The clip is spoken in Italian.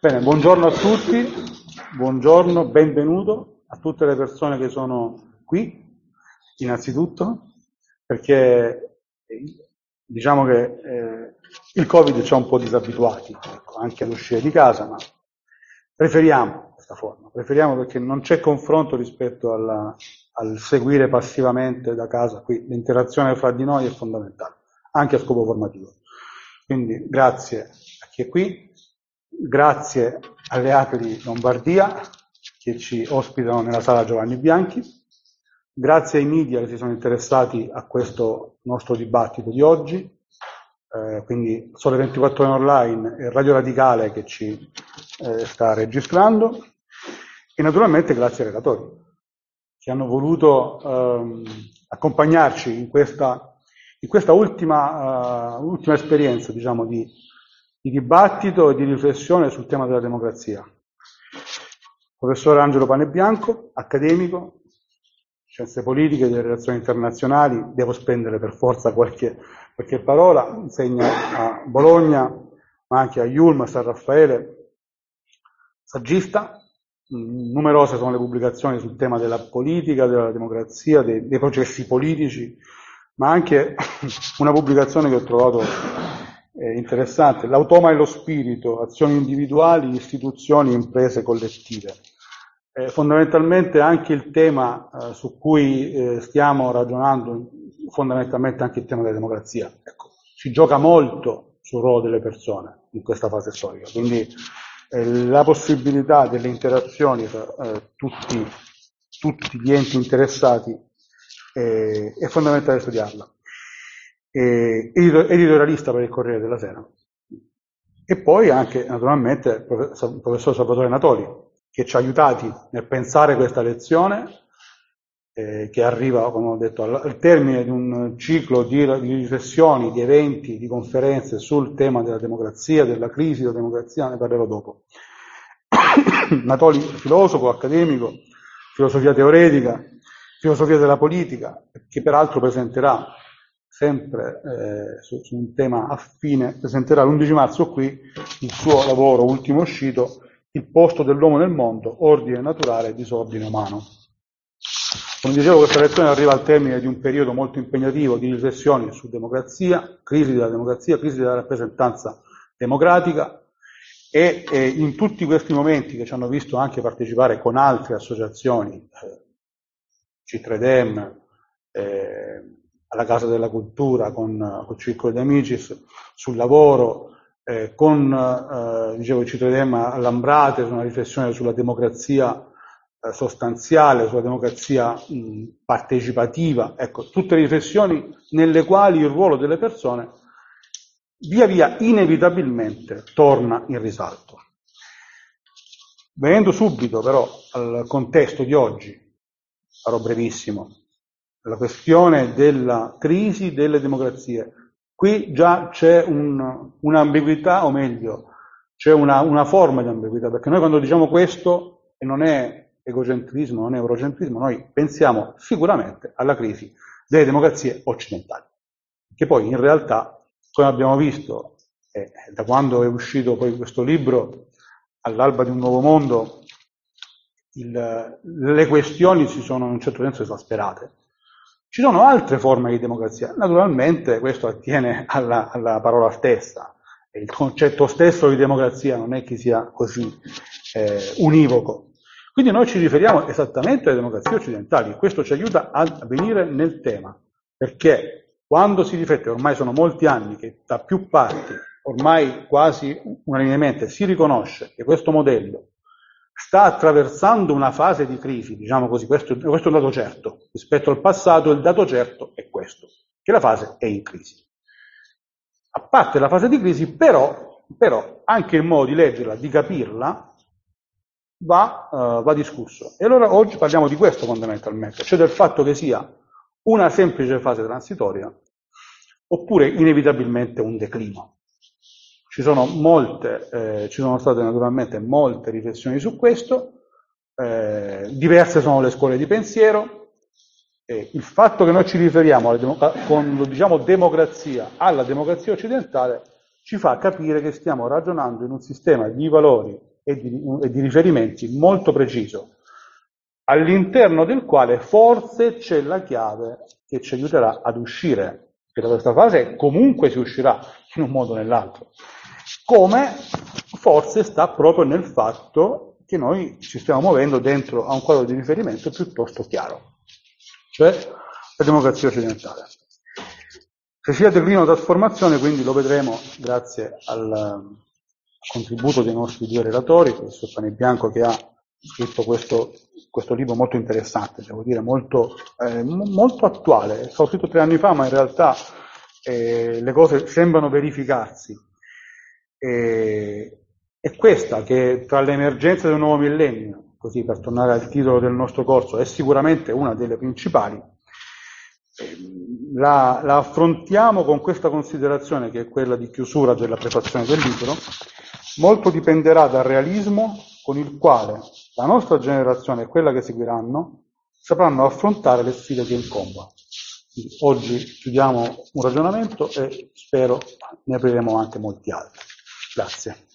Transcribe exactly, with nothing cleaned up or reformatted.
Bene, buongiorno a tutti, buongiorno, benvenuto a tutte le persone che sono qui, innanzitutto, perché eh, diciamo che eh, il Covid ci ha un po' disabituati, ecco, anche ad uscire di casa, ma preferiamo questa forma, preferiamo perché non c'è confronto rispetto alla, al seguire passivamente da casa. Qui l'interazione fra di noi è fondamentale, anche a scopo formativo. Quindi grazie a chi è qui. Grazie alle Api Lombardia che ci ospitano nella sala Giovanni Bianchi, grazie ai media che si sono interessati a questo nostro dibattito di oggi, eh, quindi Sole ventiquattro Ore Online e Radio Radicale che ci eh, sta registrando, e naturalmente grazie ai relatori che hanno voluto ehm, accompagnarci in questa, in questa ultima, uh, ultima esperienza, diciamo, di di dibattito e di riflessione sul tema della democrazia. Professore Angelo Panebianco, accademico, scienze politiche e delle relazioni internazionali, devo spendere per forza qualche, qualche parola, insegna a Bologna, ma anche a Yulm, a San Raffaele, saggista, numerose sono le pubblicazioni sul tema della politica, della democrazia, dei, dei processi politici, ma anche una pubblicazione che ho trovato Eh, interessante, l'automa e lo spirito, azioni individuali, istituzioni, imprese collettive. Eh, fondamentalmente anche il tema eh, su cui eh, stiamo ragionando, fondamentalmente anche il tema della democrazia. Ecco, si gioca molto sul ruolo delle persone in questa fase storica, quindi eh, la possibilità delle interazioni tra eh, tutti, tutti gli enti interessati eh, è fondamentale studiarla. Editorialista per il Corriere della Sera, e poi anche naturalmente il professor Salvatore Natoli, che ci ha aiutati nel pensare questa lezione, eh, che arriva, come ho detto, al, al termine di un ciclo di, di riflessioni, di eventi, di conferenze sul tema della democrazia, della crisi della democrazia. Ne parlerò dopo. Natoli, filosofo, accademico, filosofia teoretica, filosofia della politica, che peraltro presenterà sempre eh, su, su un tema affine, presenterà l'undici marzo qui il suo lavoro ultimo uscito, Il posto dell'uomo nel mondo, ordine naturale e disordine umano. Come dicevo, questa lezione arriva al termine di un periodo molto impegnativo di riflessioni su democrazia, crisi della democrazia, crisi della rappresentanza democratica, e eh, in tutti questi momenti che ci hanno visto anche partecipare con altre associazioni, eh, C tre D E M, eh, alla Casa della Cultura, con, con il Circolo di Amicis, sul lavoro, eh, con, eh, dicevo, ci troviamo all'Ambrate, su una riflessione sulla democrazia eh, sostanziale, sulla democrazia mh, partecipativa, ecco, tutte riflessioni nelle quali il ruolo delle persone via via inevitabilmente torna in risalto. Venendo subito però al contesto di oggi, sarò brevissimo, la questione della crisi delle democrazie. Qui già c'è un, un'ambiguità, o meglio, c'è una, una forma di ambiguità, perché noi quando diciamo questo, e non è egocentrismo, non è eurocentrismo, noi pensiamo sicuramente alla crisi delle democrazie occidentali, che poi in realtà, come abbiamo visto, eh, da quando è uscito poi questo libro, All'alba di un nuovo mondo, il, le questioni si sono in un certo senso esasperate. Ci sono altre forme di democrazia, naturalmente questo attiene alla, alla parola stessa, il concetto stesso di democrazia non è che sia così eh, univoco. Quindi noi ci riferiamo esattamente alle democrazie occidentali, e questo ci aiuta a venire nel tema, perché quando si riflette, ormai sono molti anni che da più parti, ormai quasi unanimemente, si riconosce che questo modello sta attraversando una fase di crisi, diciamo così, questo, questo è un dato certo. Rispetto al passato il dato certo è questo, che la fase è in crisi. A parte la fase di crisi, però, però anche il modo di leggerla, di capirla, va, uh, va discusso. E allora oggi parliamo di questo fondamentalmente, cioè del fatto che sia una semplice fase transitoria oppure inevitabilmente un declino. Ci sono molte, eh, ci sono state naturalmente molte riflessioni su questo, eh, diverse sono le scuole di pensiero, e il fatto che noi ci riferiamo alla demo- con diciamo democrazia alla democrazia occidentale ci fa capire che stiamo ragionando in un sistema di valori e di, e di riferimenti molto preciso, all'interno del quale forse c'è la chiave che ci aiuterà ad uscire da questa fase, e comunque si uscirà in un modo o nell'altro. Come forse sta proprio nel fatto che noi ci stiamo muovendo dentro a un quadro di riferimento piuttosto chiaro, cioè la democrazia occidentale. Se sia declino o trasformazione, quindi lo vedremo grazie al contributo dei nostri due relatori, questo Panebianco che ha scritto questo, questo libro molto interessante, devo dire molto, eh, molto attuale, è stato scritto tre anni fa, ma in realtà eh, le cose sembrano verificarsi. E, è questa che tra le emergenze del nuovo millennio, così per tornare al titolo del nostro corso, è sicuramente una delle principali. La, la affrontiamo con questa considerazione, che è quella di chiusura della prefazione del libro. Molto dipenderà dal realismo con il quale la nostra generazione e quella che seguiranno sapranno affrontare le sfide che incombono. Quindi oggi chiudiamo un ragionamento e spero ne apriremo anche molti altri. Grazie.